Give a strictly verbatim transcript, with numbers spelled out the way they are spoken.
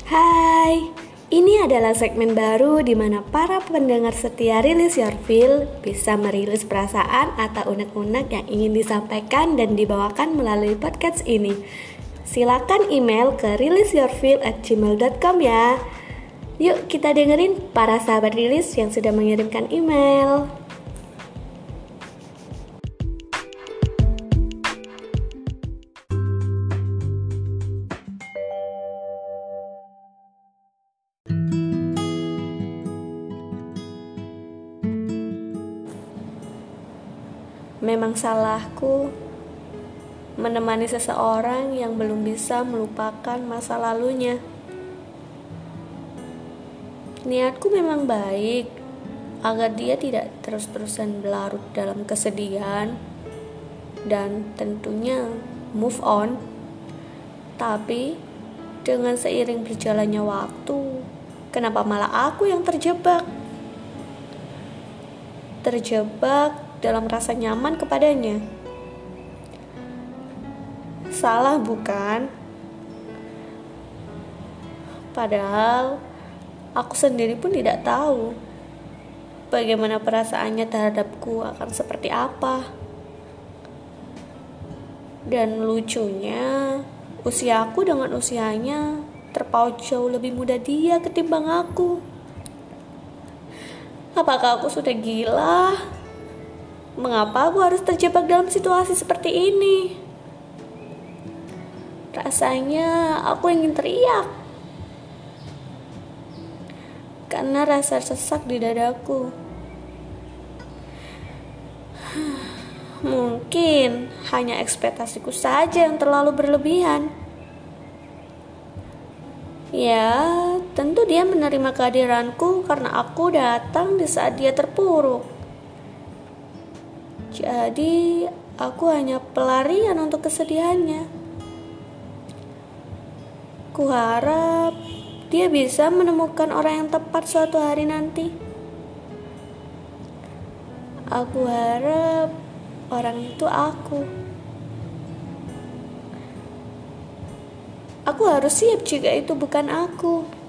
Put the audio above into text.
Hai, ini adalah segmen baru di mana para pendengar setia Release Your Feel bisa merilis perasaan atau unek-unek yang ingin disampaikan dan dibawakan melalui podcast ini. Silakan email ke release your feel at gmail dot com ya. Yuk kita dengerin para sahabat rilis yang sudah mengirimkan email. Memang salahku menemani seseorang yang belum bisa melupakan masa lalunya. Niatku memang baik agar dia tidak terus-terusan berlarut dalam kesedihan dan tentunya move on. Tapi dengan seiring berjalannya waktu, kenapa malah aku yang terjebak? Terjebak dalam rasa nyaman kepadanya. Salah bukan? Padahal aku sendiri pun tidak tahu bagaimana perasaannya terhadapku akan seperti apa. Dan lucunya, usiaku dengan usianya terpaut jauh lebih muda dia ketimbang aku. Apakah aku sudah gila? Mengapa aku harus terjebak dalam situasi seperti ini? Rasanya aku ingin teriak karena rasa sesak di dadaku. Mungkin hanya ekspektasiku saja yang terlalu berlebihan. Ya, tentu dia menerima kehadiranku karena aku datang di saat dia terpuruk. Jadi, aku hanya pelarian untuk kesedihannya. Kuharap dia bisa menemukan orang yang tepat suatu hari nanti. Aku harap orang itu aku. Aku harus siap jika itu bukan aku.